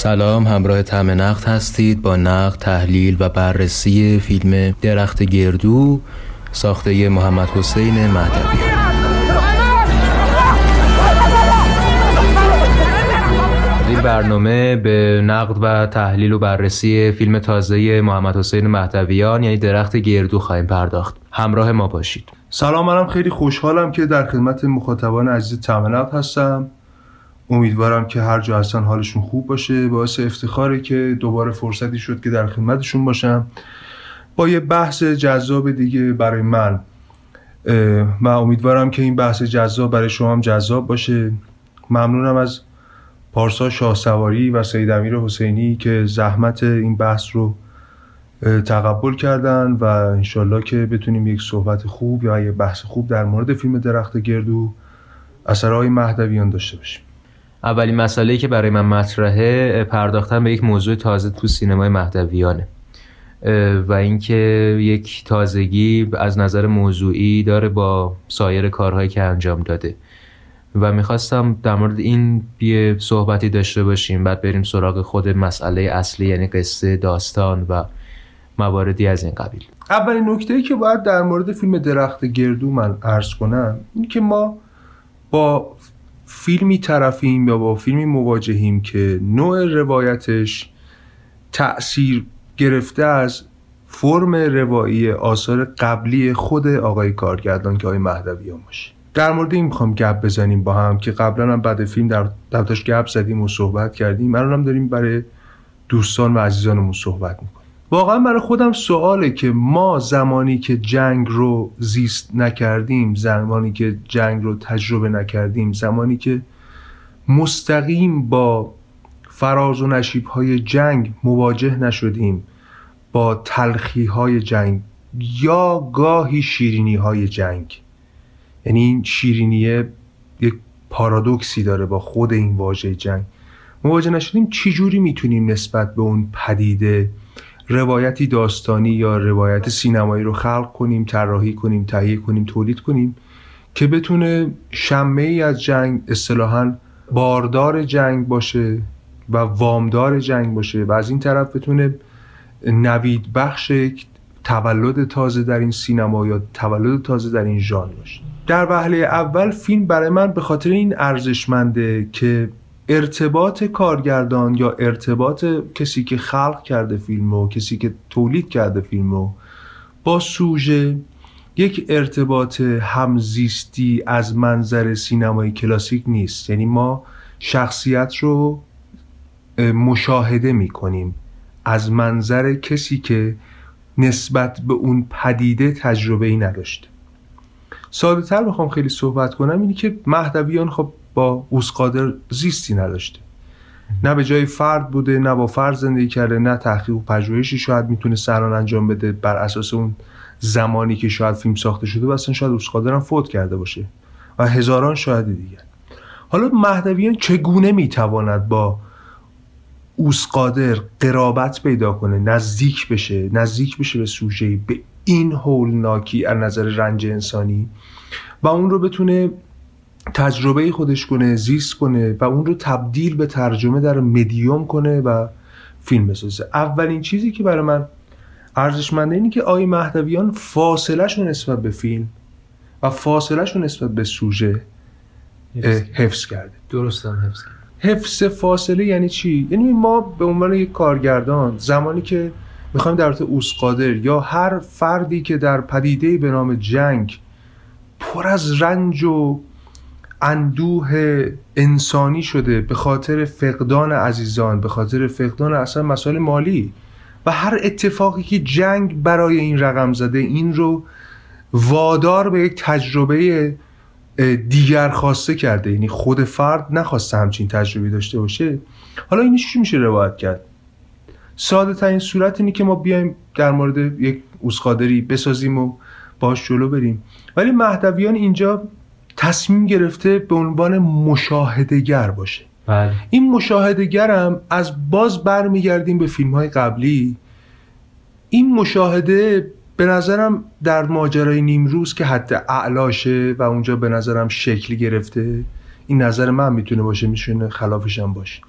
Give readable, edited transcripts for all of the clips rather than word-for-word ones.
سلام، همراه طعم نقد هستید با نقد، تحلیل و بررسی فیلم درخت گردو ساخته محمد حسین مهدویان. این برنامه به نقد و تحلیل و بررسی فیلم تازه محمد حسین مهدویان یعنی درخت گردو خواهیم پرداخت. همراه ما باشید. سلام، منم خیلی خوشحالم که در خدمت مخاطبان عزیز طعم نقد هستم. امیدوارم که هر جا هستن حالشون خوب باشه. باعث افتخاره که دوباره فرصتی شد که در خدمتشون باشم با یه بحث جذاب دیگه برای من. امیدوارم که این بحث جذاب برای شما هم جذاب باشه. ممنونم از پارسا شاهسواری و سید امیر حسینی که زحمت این بحث رو تقبل کردن و انشالله که بتونیم یک صحبت خوب یا یک بحث خوب در مورد فیلم درخت گردو اثرهای مهدویان داشته باشیم. اولین مسئله‌ای که برای من مطرحه پرداختن به یک موضوع تازه تو سینمای مهدویانه و اینکه یک تازگی از نظر موضوعی داره با سایر کارهایی که انجام داده و میخواستم در مورد این یه صحبتی داشته باشیم، بعد بریم سراغ خود مسئله اصلی یعنی قصه، داستان و مواردی از این قبیل. اولین نکته‌ای که باید در مورد فیلم درخت گردو من عرض کنم این که ما با فیلمی طرفیم یا با فیلمی مواجهیم که نوع روایتش تأثیر گرفته از فرم روایی آثار قبلی خود آقای کارگردان که آقای مهدویان باشه. در مورد این میخوام گپ بزنیم با هم که قبلا هم بعد فیلم در دفترش گپ زدیم و صحبت کردیم. الان هم داریم برای دوستان و عزیزانمون صحبت میکنیم. واقعا برای خودم سواله که ما زمانی که جنگ رو زیست نکردیم، زمانی که جنگ رو تجربه نکردیم، زمانی که مستقیم با فراز و نشیب‌های جنگ مواجه نشدیم، با تلخی‌های جنگ یا گاهی شیرینی‌های جنگ، یعنی این شیرینیه یک پارادوکسی داره با خود این واژه جنگ، مواجه نشدیم، چجوری میتونیم نسبت به اون پدیده روایتی داستانی یا روایت سینمایی رو خلق کنیم، طراحی کنیم، تهیه کنیم، تولید کنیم که بتونه شمعی از جنگ، اصطلاحاً باردار جنگ باشه و وامدار جنگ باشه و از این طرف بتونه نوید بخش تولد تازه در این سینما یا تولد تازه در این ژانر باشه. در وهله اول فیلم برای من به خاطر این ارزشمنده که ارتباط کارگردان یا ارتباط کسی که خلق کرده فیلم رو، کسی که تولید کرده فیلم رو با سوژه یک ارتباط همزیستی از منظر سینمای کلاسیک نیست. یعنی ما شخصیت رو مشاهده می کنیم از منظر کسی که نسبت به اون پدیده تجربه‌ای نداشته. ساده تر بخوام خیلی صحبت کنم اینی که مهدویان خب با اوسقادر زیستی نداشته، نه به جای فرد بوده، نه با فرد زندگی کرده، نه تحقیق و پژوهشی شاید میتونه سران انجام بده بر اساس اون زمانی که شاید فیلم ساخته شده و اصلا شاید اوسقادر هم فوت کرده باشه و هزاران شاهد دیگر. حالا مهدویان چگونه میتواند با اوسقادر قرابت پیدا کنه، نزدیک بشه به سوژه‌ای به این هولناکی از نظر رنج انسانی و اون رو بتونه تجربه خودش کنه، زیست کنه و اون رو تبدیل به ترجمه در مدیوم کنه و فیلم بسازه. اولین چیزی که برای من ارزشمنده اینه که آقای مهدویان فاصله‌شو نسبت به فیلم و فاصله‌شو نسبت به سوژه حفظ کرده. درستم حفظ کرده. حفظ فاصله یعنی چی؟ یعنی ما به عنوان یک کارگردان زمانی که میخوایم در مورد اوسقادر یا هر فردی که در پدیده‌ای به نام جنگ پر از رنج و اندوه انسانی شده به خاطر فقدان عزیزان، به خاطر فقدان اصلا مسائل مالی و هر اتفاقی که جنگ برای این رقم زده، این رو وادار به یک تجربه دیگر خواسته کرده، یعنی خود فرد نخواسته همچین تجربه داشته باشه. حالا این چی میشه روایت کرد؟ ساده ترین صورت اینه که ما بیایم در مورد یک اوسقادری بسازیم و باش جلو بریم، ولی مهدویان اینجا تصمیم گرفته به عنوان مشاهده‌گر باشه. بله. این مشاهده‌گر هم از باز برمیگردیم به فیلم‌های قبلی. این مشاهده به نظرم در ماجرای نیمروز که حد اعلاشه و اونجا به نظرم شکل گرفته، این نظر من میتونه باشه، میتونه خلافش هم باشه.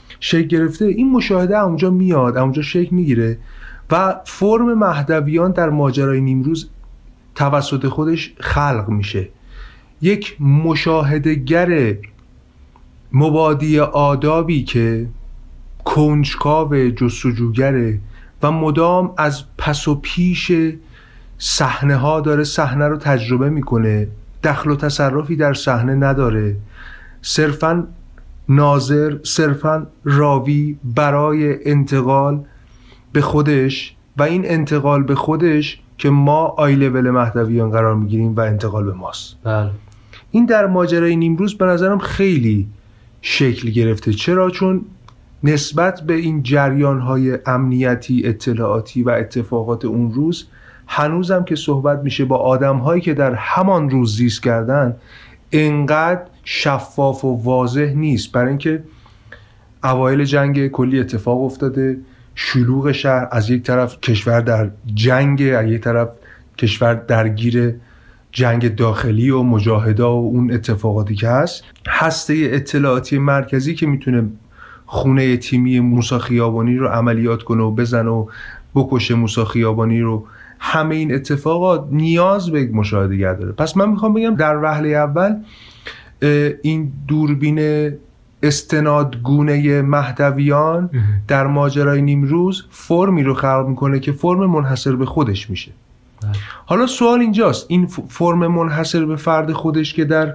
شکل گرفته، این مشاهده اونجا میاد، اونجا شکل میگیره و فرم مهدویان در ماجرای نیمروز توسط خودش خلق میشه. یک مشاهده‌گر مبادی آدابی که کنجکاو جستجوگره و مدام از پس و پیش صحنه ها داره صحنه رو تجربه میکنه، دخل و تصرفی در صحنه نداره، صرفاً ناظر، صرفاً راوی برای انتقال به خودش و این انتقال به خودش که ما آی لول مهدویان قرار میگیریم و انتقال به ماست. بله. این در ماجرای نیمروز به نظرم خیلی شکل گرفته. چرا؟ چون نسبت به این جریان‌های امنیتی، اطلاعاتی و اتفاقات اون روز هنوزم که صحبت میشه با آدم‌هایی که در همان روز زیست کردن انقدر شفاف و واضح نیست. برای اینکه اوایل جنگ کلی اتفاق افتاده، شلوغ شهر، از یک طرف کشور در جنگ، از یک طرف کشور درگیر جنگ داخلی و مجاهدا و اون اتفاقاتی که هست. هسته اطلاعاتی مرکزی که میتونه خونه تیمی موسی خیابانی رو عملیات کنه و بزنه و بکشه موسی خیابانی رو، همه این اتفاقات نیاز به یک مشاهده‌گر داره. پس من میخوام بگم در وهله اول این دوربین استنادگونه مهدویان در ماجرای نیمروز فرمی رو خلق میکنه که فرم منحصر به خودش میشه. حالا سوال اینجاست، این فرم منحصر به فرد خودش که در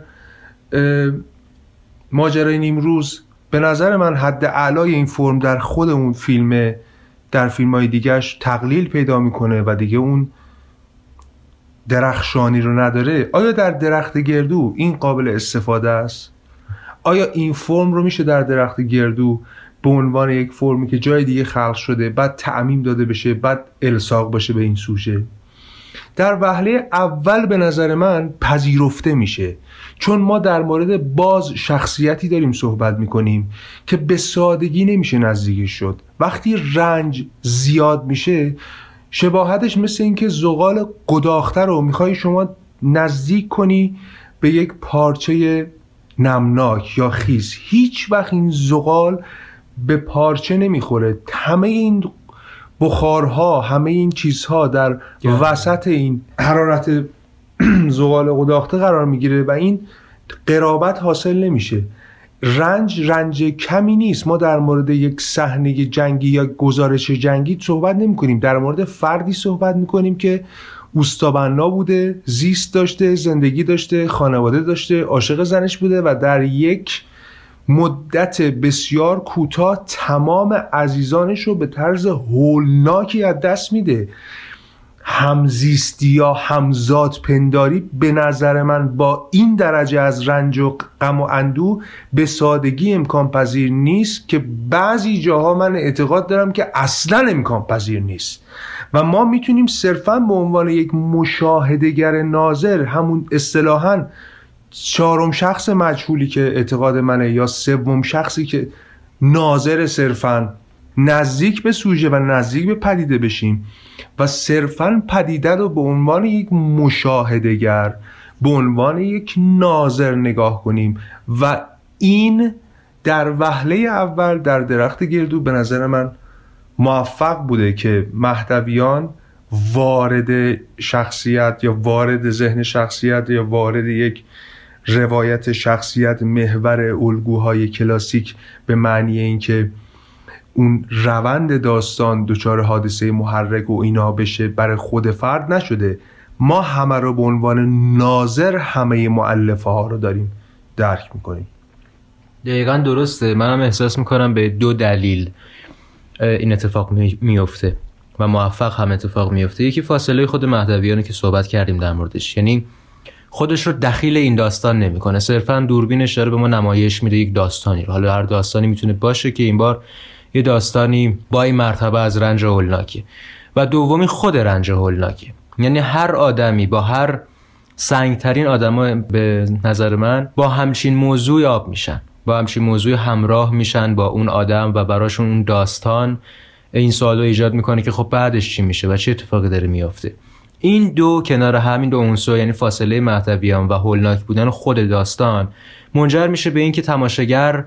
ماجرای نیمروز به نظر من حد اعلای این فرم در خود اون فیلمه، در فیلم‌های دیگه‌اش تقلیل پیدا میکنه و دیگه اون درخشانی رو نداره. آیا در درخت گردو این قابل استفاده است؟ آیا این فرم رو میشه در درخت گردو به عنوان یک فرمی که جای دیگه خلق شده بعد تعمیم داده بشه، بعد الصاق بشه به این سوژه؟ در وهله اول به نظر من پذیرفته میشه، چون ما در مورد باز شخصیتی داریم صحبت میکنیم که به سادگی نمیشه نزدیکش شد. وقتی رنج زیاد میشه شباهتش مثل این که زغال گداخته رو میخوای شما نزدیک کنی به یک پارچه نمناک یا خیس، هیچ وقت این زغال به پارچه نمیخوره. همه این بخارها، همه این چیزها در وسط این حرارت زغال گداخته قرار میگیره و این قرابت حاصل نمیشه. رنج کمی نیست. ما در مورد یک صحنه جنگی یا گزارش جنگی صحبت نمی کنیم، در مورد فردی صحبت میکنیم که اوستابنا بوده، زیست داشته، زندگی داشته، خانواده داشته، عاشق زنش بوده و در یک مدت بسیار کوتاه تمام عزیزانش رو به طرز هولناکی از دست میده. همزیستی یا همزاد پنداری به نظر من با این درجه از رنج و غم و اندوه به سادگی امکان پذیر نیست که بعضی جاها من اعتقاد دارم که اصلا امکان پذیر نیست و ما میتونیم صرفا به عنوان یک مشاهده‌گر ناظر، همون اصطلاحاً چهارم شخص مجهولی که اعتقاد منه یا سوم شخصی که ناظر، صرفاً نزدیک به سوژه و نزدیک به پدیده بشیم و صرفاً پدیده رو به عنوان یک مشاهده‌گر، به عنوان یک ناظر نگاه کنیم و این در وهله اول در درخت گردو به نظر من موفق بوده که مهدویان وارد شخصیت یا وارد ذهن شخصیت یا وارد یک روایت شخصیت محور الگوهای کلاسیک به معنی اینکه اون روند داستان دچار حادثه محرک و اینا بشه برای خود فرد نشده. ما همه رو به عنوان ناظر همه مؤلفه ها رو داریم درک میکنیم. دقیقاً درسته. منم احساس میکنم به دو دلیل این اتفاق میفته و موفق هم اتفاق میفته. یکی فاصله خود مهدویانه که صحبت کردیم در موردش، یعنی خودش رو دخیل این داستان نمیکنه، صرفاً دوربینش داره به ما نمایش میده یک داستانی رو. حالا هر داستانی میتونه باشه که این بار یه داستانی با این مرتبه از رنج هولناکه و دومی خود رنج هولناکه. یعنی هر آدمی با هر سنگترین آدما به نظر من با همچین موضوعی آب میشن، با همچین موضوعی همراه میشن با اون آدم و براشون اون داستان این سوالو ایجاد میکنه که خب بعدش چی میشه و چه اتفاقی داره میافته. این دو کنار همین دو عنصر، یعنی فاصله مهدویان و هولناک بودن خود داستان، منجر میشه به این که تماشاگر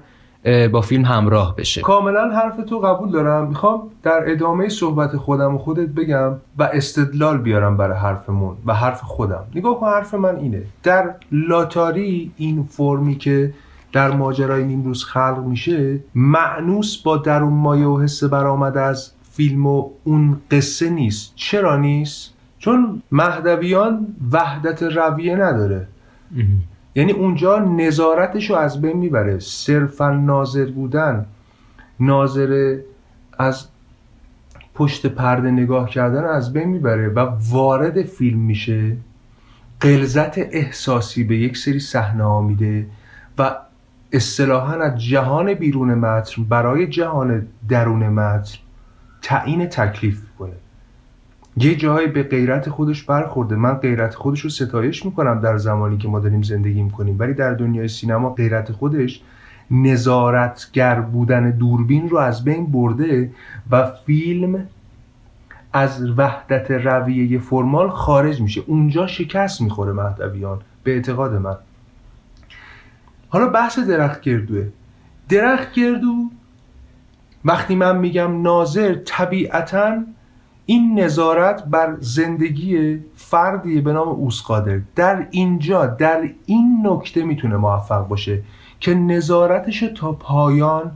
با فیلم همراه بشه. کاملا حرف تو قبول دارم. میخوام در ادامه صحبت خودم و خودت بگم و استدلال بیارم برای حرفمون و حرف خودم. نگاه کن، حرف من اینه: در لاتاری این فرمی که در ماجرای نیمروز خلق میشه مأنوس با درون مایه و حس برآمده از فیلم و اون قصه نیست. چرا نیست؟ چون مهدویان وحدت رویه نداره. یعنی اونجا نظارتشو از بین میبره. صرفا ناظر بودن، ناظر از پشت پرده نگاه کردن از بین میبره و وارد فیلم میشه، غلظت احساسی به یک سری صحنه‌ها میده و اصطلاحاً از جهان بیرون متن برای جهان درون متن تعیین تکلیف میکنه. یه جایی به غیرت خودش برخورده. من غیرت خودش رو ستایش میکنم در زمانی که ما داریم زندگی میکنیم، ولی در دنیای سینما غیرت خودش نظارتگر بودن دوربین رو از بین برده و فیلم از وحدت رویه فرمال خارج میشه. اونجا شکست میخوره مهدویان به اعتقاد من. حالا بحث درختگردوه. درختگردو وقتی من میگم ناظر، طبیعتاً این نظارت بر زندگی فردی به نام اوسقادر در اینجا در این نکته میتونه موفق باشه که نظارتش تا پایان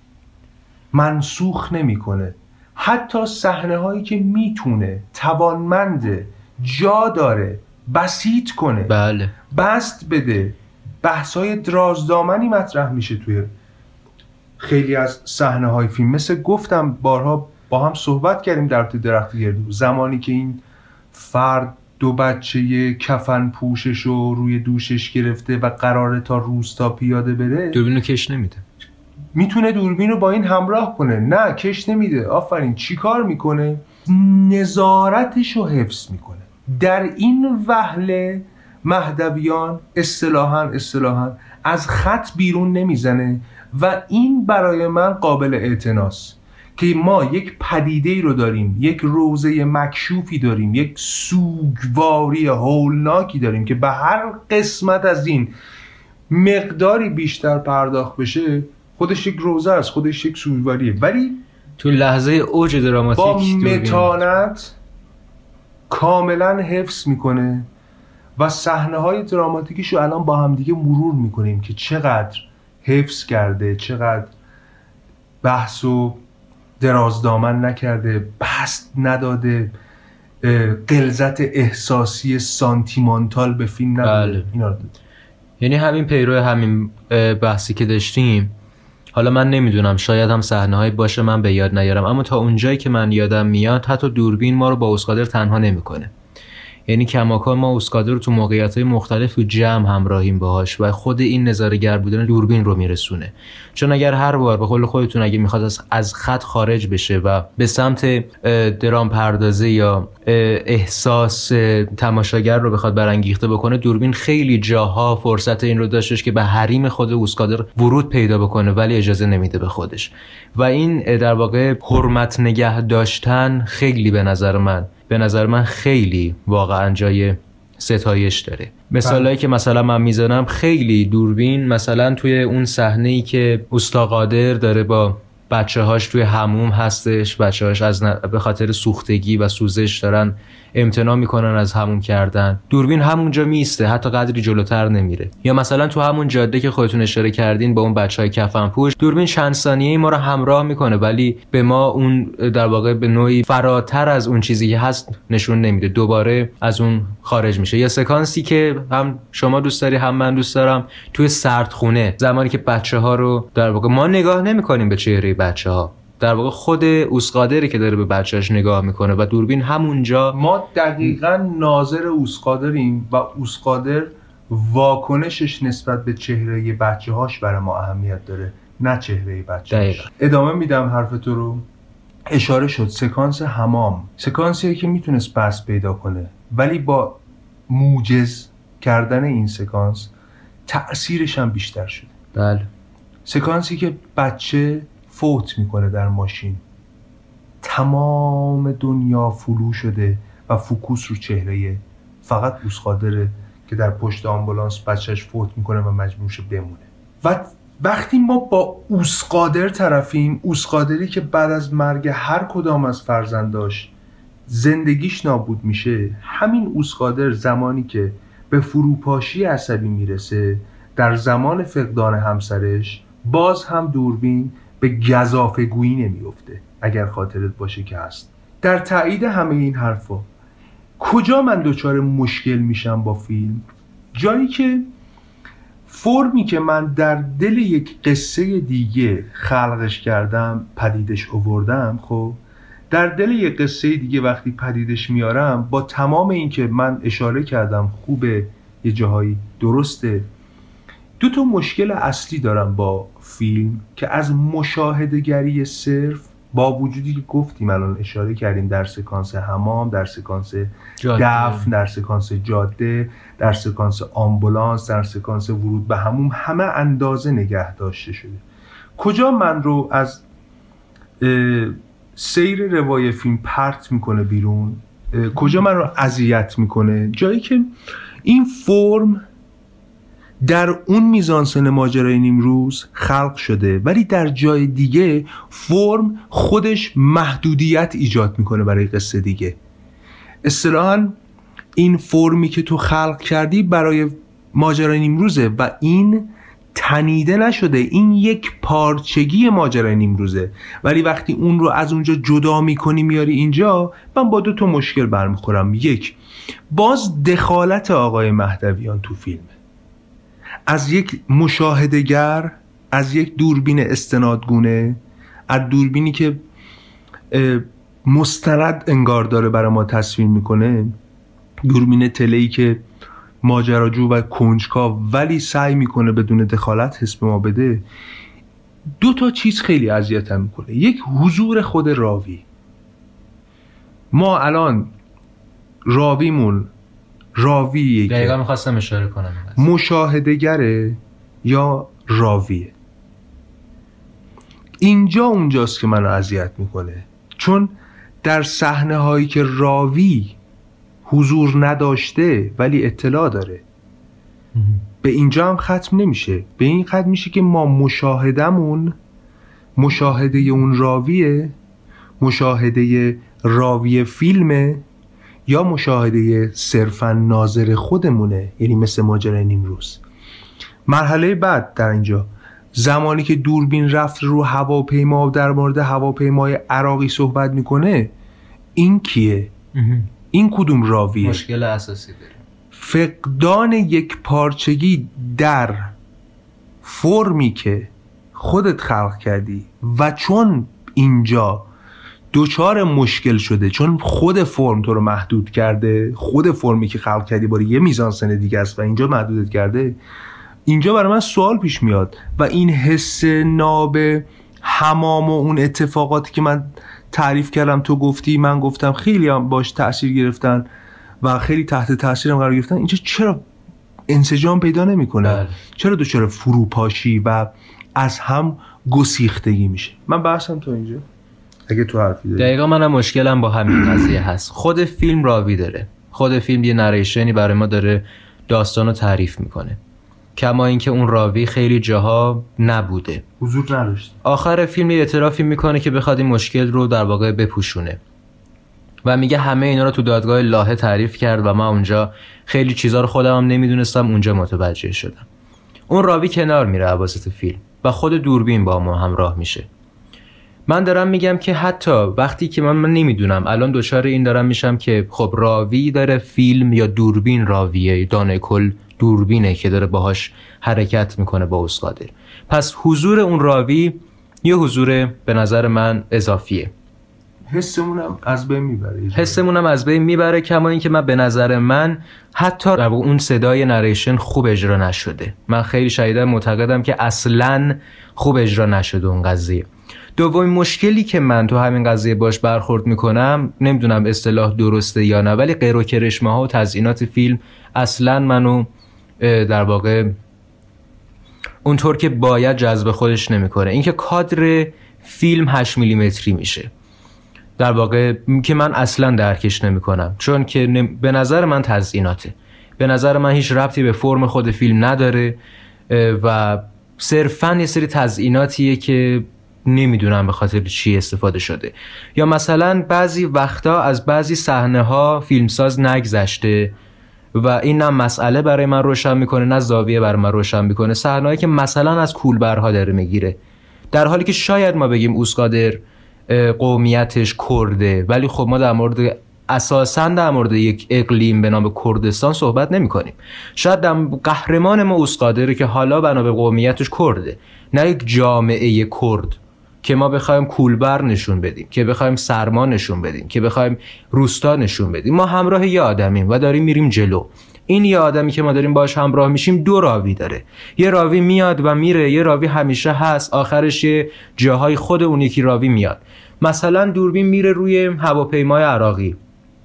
منسوخ نمیکنه. حتی صحنه هایی که میتونه توانمنده، جا داره، بسیط کنه، بله، بست بده، بحث‌های درازدامنی مطرح میشه توی خیلی از صحنه‌های فیلم. مثل گفتم بارها با هم صحبت کردیم در تو درختگردو، زمانی که این فرد دو بچه کفن پوشش رو روی دوشش گرفته و قراره تا روستا پیاده بره، دوربین رو کش نمیده. میتونه دوربین رو با این همراه کنه، نه کش نمیده. آفرین. چی کار میکنه؟ نظارتش رو حفظ میکنه. در این وهله مهدویان اصطلاحاً از خط بیرون نمیزنه و این برای من قابل اعتناست که ما یک پدیده‌ای رو داریم، یک روزه مکشوفی داریم، یک سوگواری هولناکی داریم که به هر قسمت از این مقداری بیشتر پرداخت بشه خودش یک روزه است، خودش یک سوگواریه، ولی تو لحظه اوج دراماتیک با متانت کاملا حفظ میکنه و صحنه‌های دراماتیکش رو الان با هم دیگه مرور میکنیم که چقدر حفظ کرده، چقدر بحث و درازدامن نکرده، بست نداده، غلظت احساسی سانتیمانتال به فیلم نداده. بله. اینا رو یعنی همین پیرو همین بحثی که داشتیم، حالا من نمیدونم شاید هم صحنه‌هایی باشه من به یاد نیارم، اما تا اونجایی که من یادم میاد حتی دوربین ما رو با اوسقادر تنها نمیکنه. یعنی کماکان ما اوسقادر رو تو موقعیت‌های مختلف تو جمع همراهیم باهاش و خود این نظاره‌گر بودن دوربین رو میرسونه. چون اگر هر بار به قول خودتون اگه میخواد از خط خارج بشه و به سمت درام پردازی یا احساس تماشاگر رو بخواد برانگیخته بکنه، دوربین خیلی جاها فرصت این رو داشتش که به حریم خود اوسقادر ورود پیدا بکنه ولی اجازه نمیده به خودش و این در واقع حرمت نگه داشتن خیلی به نظر من خیلی واقعا جای ستایش داره. مثالایی که مثلا من میزنم خیلی دوربین، مثلا توی اون صحنه‌ای که اوستا قادر داره با بچه‌هاش توی حموم هستش، بچه‌هاش به خاطر سوختگی و سوزش دارن امتناع میکنن از حموم کردن، دوربین همونجا میسته، حتی قدری جلوتر نمیره. یا مثلا تو همون جاده که خودتون اشاره کردین با اون بچهای کفن پوش، دوربین چند ثانیه‌ای ما رو همراه میکنه ولی به ما اون در واقع به نوعی فراتر از اون چیزی که هست نشون نمیده، دوباره از اون خارج میشه. یا سکانسی که هم شما دوست داری هم من دوست دارم، توی سردخونه، زمانی که بچه‌ها رو در واقع ما نگاه نمیکنیم به چهره بچه‌ها، در واقع خود اوسقادری که داره به بچه‌اش نگاه میکنه و دوربین همونجا. ما دقیقاً ناظر اوسقادریم و اوسقادر واکنشش نسبت به چهره بچه‌هاش برای ما اهمیت داره، نه چهره بچه‌هاش. ادامه میدم حرف تو رو. اشاره شد سکانس حمام، سکانسی که میتونست بس پیدا کنه ولی با موجز کردن این سکانس تأثیرش هم بیشتر شده. بله. سکانسی که بچه فوت میکنه در ماشین، تمام دنیا فلو شده و فوکوس رو چهره فقط اوسقادره که در پشت آمبولانس بچهش فوت میکنه و مجبور شه بمونه و وقتی ما با اوسقادر طرفیم، اوسقادری که بعد از مرگ هر کدام از فرزنداش زندگیش نابود میشه، همین اوسقادر زمانی که به فروپاشی عصبی میرسه در زمان فقدان همسرش، باز هم دوربین به گزافه‌گویی نمیفته. اگر خاطرت باشه که هست. در تایید همه این حرفا کجا من دچار مشکل میشم با فیلم؟ جایی که فرمی که من در دل یک قصه دیگه خلقش کردم، پدیدش آوردم، خب در دل یک قصه دیگه وقتی پدیدش میارم، با تمام این که من اشاره کردم خوبه، یه جاهایی درسته، دو تا مشکل اصلی دارم با فیلم که از مشاهده‌گری صرف، با وجودی که گفتیم الان اشاره کردیم در سکانس حمام، در سکانس دفن، در سکانس جاده، در سکانس آمبولانس، در سکانس ورود به حموم، همه اندازه نگه داشته شده. کجا من رو از سیر روای فیلم پرت میکنه بیرون؟ کجا من رو اذیت میکنه؟ جایی که این فرم در اون میزانسن ماجرای نیمروز خلق شده، ولی در جای دیگه فرم خودش محدودیت ایجاد میکنه برای قصه دیگه. اصطلاحاً این فرمی که تو خلق کردی برای ماجرای نیمروزه و این تنیده نشده، این یک پارچگی ماجرای نیمروزه، ولی وقتی اون رو از اونجا جدا میکنی میاری اینجا، من با دو تا مشکل برمیخورم. یک، باز دخالت آقای مهدویان تو فیلمه، از یک مشاهده‌گر، از یک دوربین استنادگونه، از دوربینی که مستند انگار داره برای ما تصویر میکنه، دوربین تله‌ای که ماجراجو و کنجکاو ولی سعی میکنه بدون دخالت حس به ما بده. دو تا چیز خیلی اذیتم میکنه. یک، حضور خود راوی. ما الان راویمون راویه دقیقا میخواستم اشاره کنم، مشاهده‌گره یا راویه. اینجا اونجاست که منو اذیت میکنه، چون در صحنه هایی که راوی حضور نداشته ولی اطلاع داره، به اینجا هم ختم نمیشه. به این ختم میشه که ما مشاهدمون مشاهده اون راویه، مشاهده راوی فیلمه، یا مشاهده صرفا ناظر خودمونه، یعنی مثل ماجرای نیمروز. مرحله بعد در اینجا، زمانی که دوربین رفت رو هواپیما و در مورد هواپیمای عراقی صحبت میکنه، این کیه؟ این کدوم راویه؟ مشکل اساسی داره. فقدان یک پارچگی در فرمی که خودت خلق کردی و چون اینجا دوچار مشکل شده، چون خود فرم تو رو محدود کرده، خود فرمی که خلق کردی باره یه میزانسن دیگه است و اینجا محدودت کرده، اینجا برای من سوال پیش میاد. و این حس ناب حمام و اون اتفاقاتی که من تعریف کردم، تو گفتی، من گفتم، خیلی هم باش تأثیر گرفتن و خیلی تحت تأثیرم قرار گرفتن، اینجا چرا انسجام پیدا نمیکنه؟ چرا دوچار فروپاشی و از هم گسیختگی میشه؟ من بحثم تو اینجا، اگه تو حرفی داری. دقیقا منم مشکلم با همین قضیه هست. خود فیلم راوی داره، خود فیلم یه نریشنی برای ما داره داستانو تعریف میکنه، کما اینکه اون راوی خیلی جاها نبوده، حضور نداشت. آخر فیلم یه اعترافی میکنه که بخواد این مشکل رو در واقع بپوشونه و میگه همه اینا رو تو دادگاه لاهه تعریف کرد و من اونجا خیلی چیزا رو خودم هم نمیدونستم، اونجا متوجه شدم. اون راوی کنار میره واسط فیلم و خود دوربین با ما همراه میشه. من دارم میگم که حتی وقتی که من نمیدونم، الان دوچار این دارم میشم که خب راوی داره فیلم یا دوربین راویه، دانه کل دوربینه که داره باهاش حرکت میکنه با اوسقادر، پس حضور اون راوی یه حضور به نظر من اضافیه. حسمونم از بین میبره. کما این که من به نظر من حتی اون صدای نریشن خوب اجرا نشده. من خیلی شدیداً معتقدم که اصلاً خوب اجرا نشده اون قضیه. دومین مشکلی که من تو همین قضیه باش برخورد میکنم، نمیدونم اصطلاح درسته یا نه، ولی غیر و کرشمه ها و تزیینات فیلم اصلاً منو در واقع اونطور که باید جذب خودش نمیکنه. اینکه کادر فیلم 8 میلیمتری میشه در واقع که من اصلا درکش نمیکنم، چون که به نظر من تزییناته، به نظر من هیچ ربطی به فرم خود فیلم نداره و صرفاً یه سری تزییناتیه که نمیدونم به خاطر چی استفاده شده. یا مثلا بعضی وقتا از بعضی صحنه ها فیلمساز نگذشته و این نه مسئله برای من روشن میکنه نه زاویه برای من روشن میکنه. صحنه‌ای که مثلا از کولبرها داره میگیره، در حالی که شاید ما بگیم اوسقادر قومیتش کرده، ولی خب ما در مورد اساساً در مورد یک اقلیم به نام کردستان صحبت نمی کنیم. شاید قهرمان ما اوسقادره که حالا بنا به قومیتش کرده، نه یک جامعه کرد که ما بخوایم کولبر نشون بدیم، که بخوایم سرما نشون بدیم، که بخوایم روستا نشون بدیم. ما همراه یه آدمیم و داریم میریم جلو. این یه آدمی که ما داریم باش همراه میشیم دو راوی داره. یه راوی میاد و میره، یه راوی همیشه هست، آخرش یه جاهای خود اون یکی راوی میاد. مثلا دوربین میره روی هواپیمای عراقی،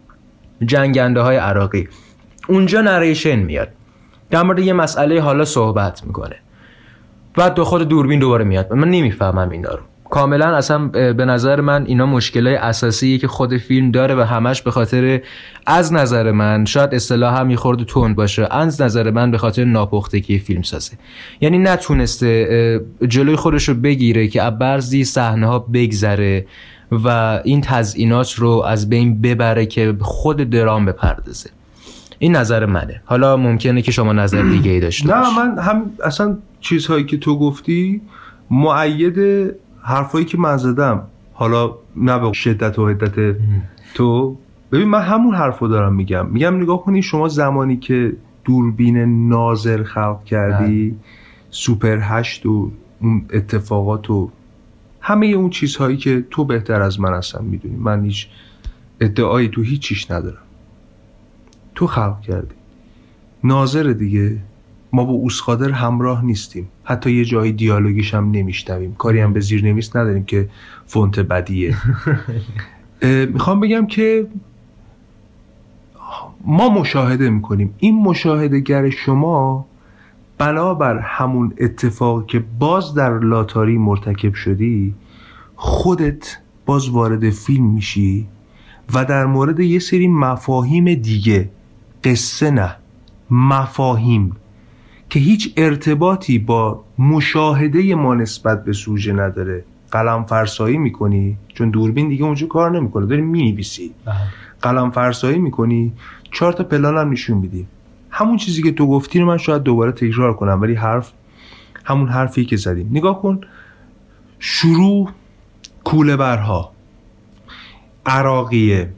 جنگنده های عراقی، اونجا نریشن میاد، در مورد یه مسئله حالا صحبت میکنه، بعد دو خود دوربین دوباره میاد. من نمیفهمم اینا رو کاملا. اصلا به نظر من اینا مشکلای اساسیه که خود فیلم داره و همش به خاطر، از نظر من شاید اصطلاح هم میخورد تند باشه، از نظر من به خاطر ناپختگی فیلم سازه. یعنی نتونسته جلوی خودش رو بگیره که از بعضی صحنه ها بگذره و این تزیینات رو از بین ببره که خود درام بپردازه. این نظر منه. حالا ممکنه که شما نظر دیگه ای داشته باشی. نه، من هم اصلا چیزهایی که تو گفتی مؤید حرفایی که من زدم، حالا نه به شدت و حدت تو. ببین من همون حرفو دارم میگم نگاه کنی شما زمانی که دوربین ناظر خلق کردی، سوپر 8 و اون اتفاقات و همه اون چیزهایی که تو بهتر از من هستن میدونی، من هیچ ادعایی تو هیچ چیش ندارم، تو خلق کردی ناظر دیگه. ما با اوسقادر همراه نیستیم، حتی یه جایی دیالوگیش هم نمیشنویم، کاری هم به زیرنویس نداریم که فونت بدیه. میخوام بگم که ما مشاهده میکنیم، این مشاهدهگر شما بنابر همون اتفاق که باز در لاتاری مرتکب شدی، خودت باز وارد فیلم میشی و در مورد یه سری مفاهیم دیگه، قصه نه، مفاهیم که هیچ ارتباطی با مشاهده ما نسبت به سوژه نداره، قلم فرسایی میکنی، چون دوربین دیگه اونجا کار نمیکنه، داری مینویسی، قلم فرسایی میکنی، 4 تا پلان هم نشون میدی. همون چیزی که تو گفتی رو من شاید دوباره تکرار کنم، ولی همون حرفی که زدیم. نگاه کن، شروع کوله برها، عراقیه،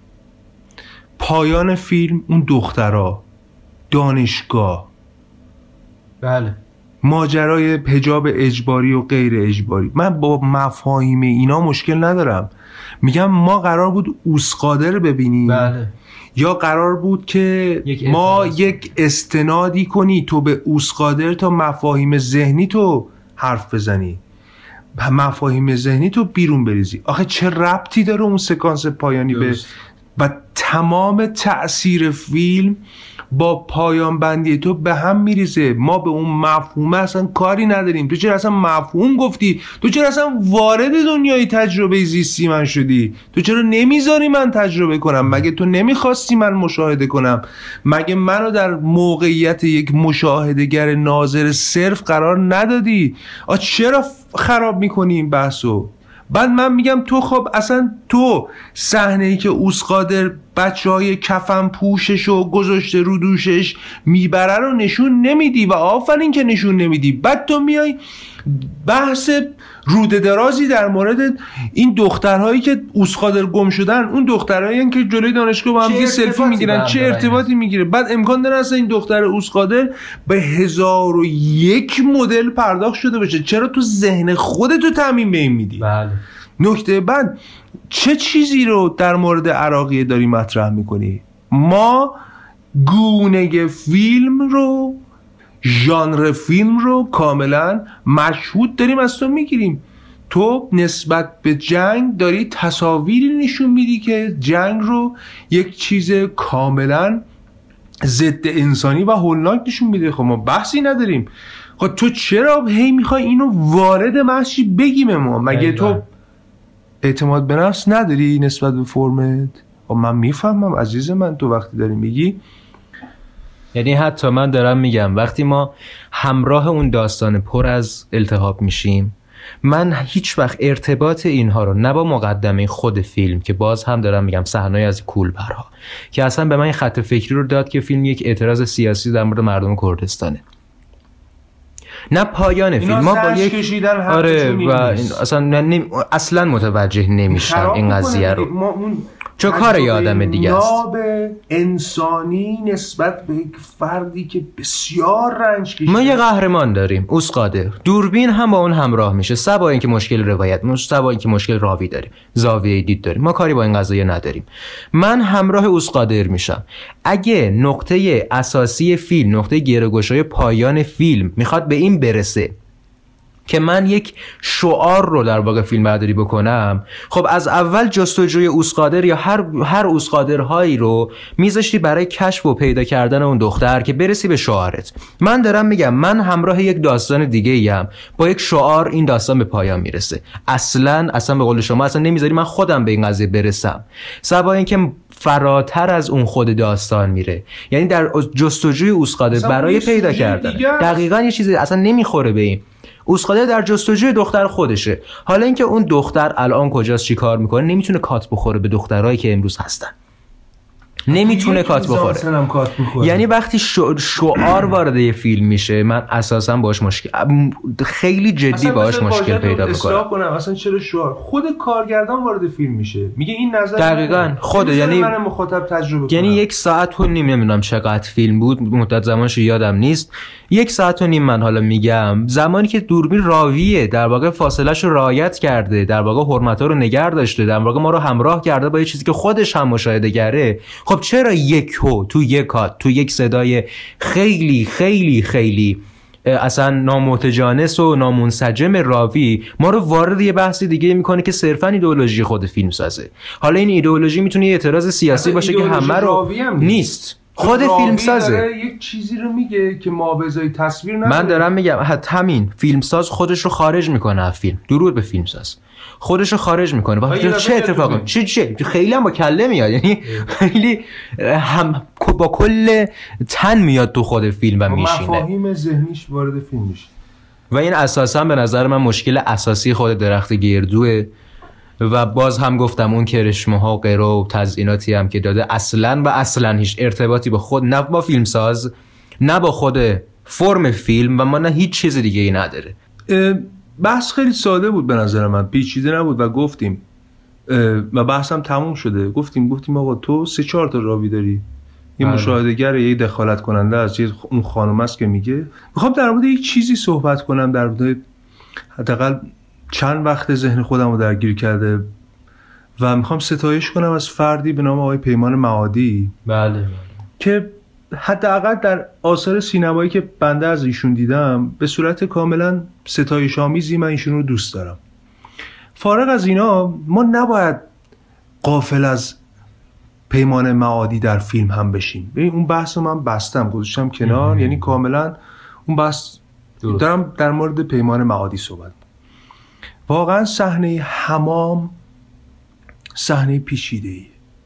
پایان فیلم اون دخترها، دانشگاه، بله، ماجرای حجاب اجباری و غیر اجباری. من با مفاهیم اینا مشکل ندارم. میگم ما قرار بود اوسقادر ببینیم، بله، یا قرار بود که ما یک استنادی کنی تو به اوسقادر تا مفاهیم ذهنی تو حرف بزنی، مفاهیم ذهنی تو بیرون بریزی. آخه چه ربطی داره اون سکانس پایانی به و تمام تأثیر فیلم با پایان بندی تو به هم میریزه. ما به اون مفهوم اصلا کاری نداریم. تو چرا اصلا مفهوم گفتی؟ تو چرا اصلا وارد دنیای تجربه زیستی من شدی؟ تو چرا نمیذاری من تجربه کنم؟ مگه تو نمیخواستی من مشاهده کنم؟ مگه منو در موقعیت یک مشاهدهگر ناظر صرف قرار ندادی؟ چرا خراب میکنی این بحثو؟ بعد من میگم تو خب اصلا تو صحنه‌ای که اوسقادر بچهای کفن پوششو گذاشته رو دوشش میبره رو نشون نمیدی و آفرین که نشون نمیدی. بعد تو میای بحث روده درازی در مورد این دخترهایی که اوسقادر گم شدن، اون دخترهایی که جلوی دانشگاه با هم سلفی میگیرن، چه ارتباطی میگیره؟ بعد امکان داره اصلا این دختر اوسقادر به 1001 مدل پرداخت شده باشه. چرا تو ذهن خودتو تعمیم به این میدی؟ بله. نکته بعد، چه چیزی رو در مورد عراقیه داری مطرح میکنی؟ ما گونه فیلم رو، ژانر فیلم رو کاملا مشهود داریم از تو میگیریم. تو نسبت به جنگ داری تصاویری نشون میدی که جنگ رو یک چیز کاملا ضد انسانی و هولناک نشون میده. خب ما بحثی نداریم. خب تو چرا هی میخوای اینو وارد محشی بگیم؟ ما مگه تو اعتماد به نفس نداری نسبت به فرمت؟ خب من میفهمم عزیز من، تو وقتی داری میگی یعنی حتی من دارم میگم وقتی ما همراه اون داستان پر از التهاب میشیم، من هیچ وقت ارتباط اینها رو نه با مقدمه خود فیلم که باز هم دارم میگم صحنه‌ای از کولبرها که اصلا به من این خط فکری رو داد که فیلم یک اعتراض سیاسی در مورد مردم کردستانه، نه پایان فیلم ما با یک آره و اصلا متوجه نمیشن این قضیه رو چون کار یه آدم دیگه است. ناب انسانی نسبت به یک فردی که بسیار رنج کشیده. ما یه قهرمان داریم اوسقادر، دوربین هم با اون همراه میشه، سبا اینکه مشکل روایت، سبا اینکه مشکل راوی داریم، زاویه دید داریم، ما کاری با این قضیه نداریم. من همراه اوسقادر میشم. اگه نقطه اساسی فیلم، نقطه گره‌گشای پایان فیلم میخواد به این برسه که من یک شعار رو در واقع فیلم برداری بکنم، خب از اول جستجوی اوسقادر یا هر اوسقادرهایی رو میذاشتی برای کشف و پیدا کردن اون دختر که برسی به شعارت. من دارم میگم من همراه یک داستان دیگه ایم، با یک شعار این داستان به پایان میرسه. اصلا به قول شما اصلا نمیذاری من خودم به این قضیه برسم، سبا اینکه فراتر از اون خود داستان میره. یعنی در جستجوی اوسقادر برای پیدا کردن دقیقاً یه چیزی اصلا نمیخوره به این. اوسقادر در جستجوی دختر خودشه. حالا اینکه اون دختر الان کجاست، چی کار میکنه، نمیتونه کات بخوره به دخترایی که امروز هستن، نمیتونه کات بخوره. یعنی وقتی شعار وارد یه فیلم میشه من اساسا باش مشکل، خیلی جدی باش مشکل پیدا میکنم. اصلا چرا شعار؟ خود کارگردان وارد فیلم میشه میگه این نظر دقیقاً خود، یعنی من مخاطب تجربه کنم. یعنی 1 ساعت و نیم نمیدونم چقدر فیلم بود، مدت زمانش یادم نیست، 1 ساعت و نیم من حالا میگم، زمانی که دوربین راویه در واقع فاصله‌اش رو رعایت کرده، در واقع حرمت‌ها رو نگه داشته، در واقع ما رو همراه کرده با یه چیزی که خودش هم مشاهده گره. خب چرا تو یک کات، تو یک صدای خیلی خیلی خیلی اصلا نامتجانس و نامنسجم راوی ما رو وارد یه بحثی دیگه میکنه که صرفاً ایدئولوژی خود فیلم سازه؟ حالا این ایدئولوژی میتونه یه اعتراض سیاسی باشه که همه رو نیست، خود فیلم سازه یک چیزی رو میگه که ما به ازای تصویر نداره. من دارم میگم حتی همین فیلم ساز خودش رو خارج میکنه از فیلم، درود به فیلم ساز، خودش رو خارج میکنه و چه اتفاقی چه خیلی هم با کله میاد، یعنی خیلی هم با کل تن میاد تو خود فیلم و میشینه، مفاهیم ذهنیش وارد فیلم میشه. و این اساسا به نظر من مشکل اساسی خود درخت گردوه. و باز هم گفتم اون کرشمه ها و غیره و تزییناتی هم که داده اصلا هیچ ارتباطی با خود، نه با فیلم ساز، نه با خود فرم فیلم و ما نه هیچ چیز دیگه ای نداره. بحث خیلی ساده بود به نظر من، پیچیده نبود و گفتیم و بحثم تموم شده. گفتیم آقا تو 3-4 تا راوی داری، یه مشاهده‌گر، یه دخالت کننده از اون خانم است که میگه. میخوام در مورد یک چیزی صحبت کنم در مورد حداقل چند وقت ذهن خودم رو درگیر کرده و میخوام ستایش کنم از فردی به نام آقای پیمان معادی. بله. که حداقل در آثار سینمایی که بنده از ایشون دیدم به صورت کاملا ستایش آمیزی من ایشون رو دوست دارم. فارغ از اینا ما نباید غافل از پیمان معادی در فیلم هم بشیم. ببین اون بحث رو من بستم، گذاشتم کنار، یعنی کاملا اون بحث دارم در مورد پیمان معادی صحبت. واقعا صحنه حمام صحنه پیچیده‌ای،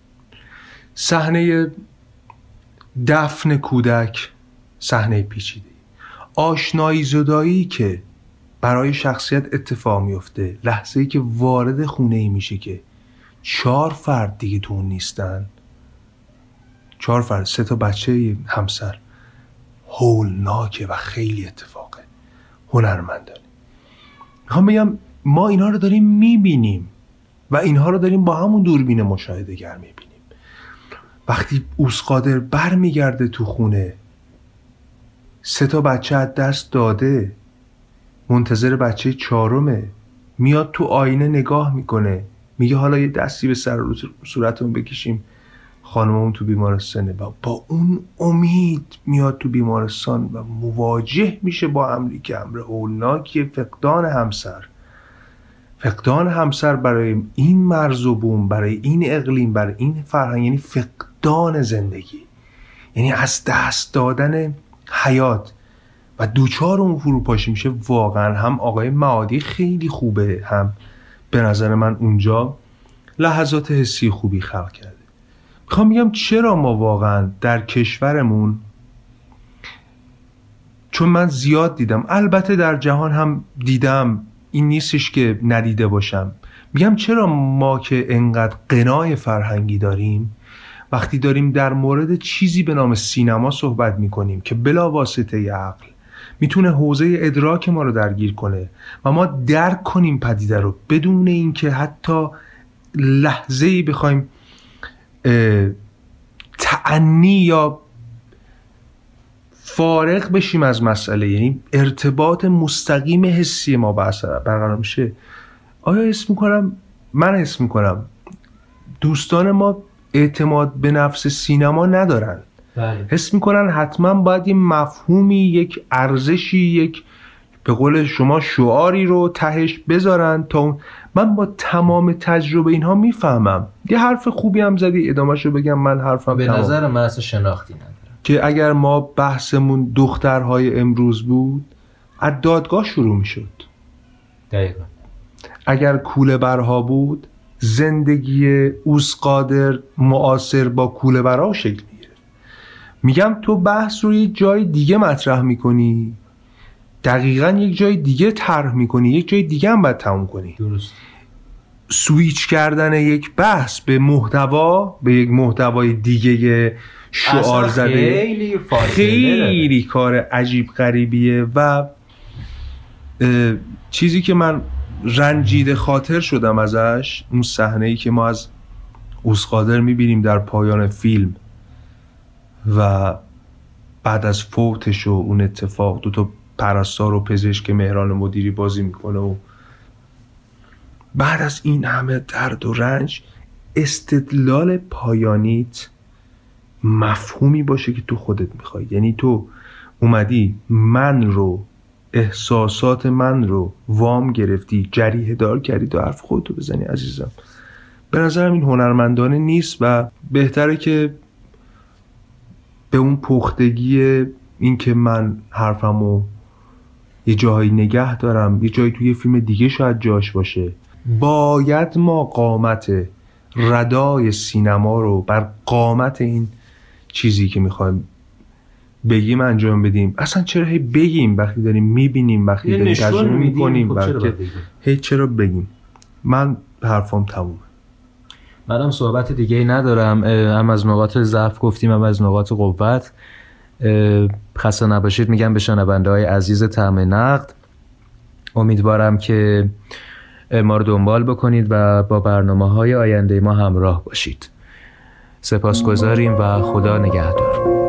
صحنه دفن کودک صحنه پیچیده‌ای، آشنایی زدایی که برای شخصیت اتفاق میفته لحظه‌ای که وارد خونه‌ای میشه که 4 فرد دیگه تو اون نیستن، 4 فرد، 3 تا بچه همسر، هولناکه و خیلی اتفاقه هنرمندانه. میخوام بگم ما اینها رو داریم میبینیم و اینها رو داریم با همون دوربین مشاهده‌گر میبینیم. وقتی اوسقادر بر میگرده تو خونه، 3 تا بچه از دست داده، منتظر بچه 4مه، میاد تو آینه نگاه میکنه، میگه حالا یه دستی به سر صورتمون بکشیم، خانممون تو بیمارستانه، و با اون امید میاد تو بیمارستان و مواجه میشه با امری که امر هولناکی، فقدان همسر برای این مرز و بوم، برای این اقلیم، برای این فرهنگ، یعنی فقدان زندگی، یعنی از دست دادن حیات و دوچار اون فروپاشی میشه. واقعا هم آقای معادی خیلی خوبه، هم به نظر من اونجا لحظات حسی خوبی خلق کرده. میخوام بگم چرا ما واقعا در کشورمون چون من زیاد دیدم، البته در جهان هم دیدم، این نیستش که ندیده باشم. میگم چرا ما که انقدر غنای فرهنگی داریم، وقتی داریم در مورد چیزی به نام سینما صحبت میکنیم که بلا واسطه عقل میتونه حوزه ادراک ما رو درگیر کنه و ما درک کنیم پدیده رو بدون اینکه حتی لحظه‌ای بخوایم تعنی یا فارغ بشیم از مسئله، یعنی ارتباط مستقیم حسی ما با اثر برقرار میشه. آیا من حس میکنم دوستان ما اعتماد به نفس سینما ندارن. بله. حس میکنن حتما باید یه مفهومی، یک ارزشی، یک به قول شما شعاری رو تهش بذارن تا من با تمام تجربه اینها میفهمم. یه حرف خوبی هم زدی، ادامه‌شو بگم من حرفم به تمام. نظر من اصلا شناختی ندارم که اگر ما بحثمون دخترهای امروز بود از دادگاه شروع میشد. دقیقا. اگر کوله برها بود زندگی اوسقادر معاصر با کوله برها شکل میگیره. میگم تو بحث رو یه جای دیگه مطرح میکنی، دقیقاً یک جای دیگه طرح میکنی، یک جای دیگه هم باید تموم کنی. درست. سویچ کردن یک بحث به محتوا، به یک محتوای دیگه شعار زده خیلی کار عجیب غریبیه و چیزی که من رنجیده خاطر شدم ازش، اون صحنه‌ای که ما از اوسقادر میبینیم در پایان فیلم و بعد از فوتش و اون اتفاق، دوتا پرستار و پزشک مهران مدیری بازی میکنه و بعد از این همه درد و رنج استدلال پایانیت مفهومی باشه که تو خودت میخوای. یعنی تو اومدی من رو، احساسات من رو وام گرفتی، جریحه دار کردی تو حرف خودتو بزنی. عزیزم به نظرم این هنرمندانه نیست و بهتره که به اون پختگی این که من حرفمو یه جایی نگه دارم، یه جایی توی فیلم دیگه شاید جاش باشه، باید ما قامت ردای سینما رو بر قامت این چیزی که میخوایم بگیم انجام بدیم. اصلا چرا هی بگیم وقتی داریم میبینیم، وقتی داریم ترجمه میکنیم، هی چرا بگیم؟ من حرفم تمومه. منم صحبت دیگه ندارم. هم از نقاط ضعف گفتیم، هم از نقاط قوت. خسته نباشید میگم به شنونده‌های عزیز طعم نقد. امیدوارم که ما رو دنبال بکنید و با برنامه‌های آینده ما همراه باشید. سپاسگزاریم و خدا نگهدار.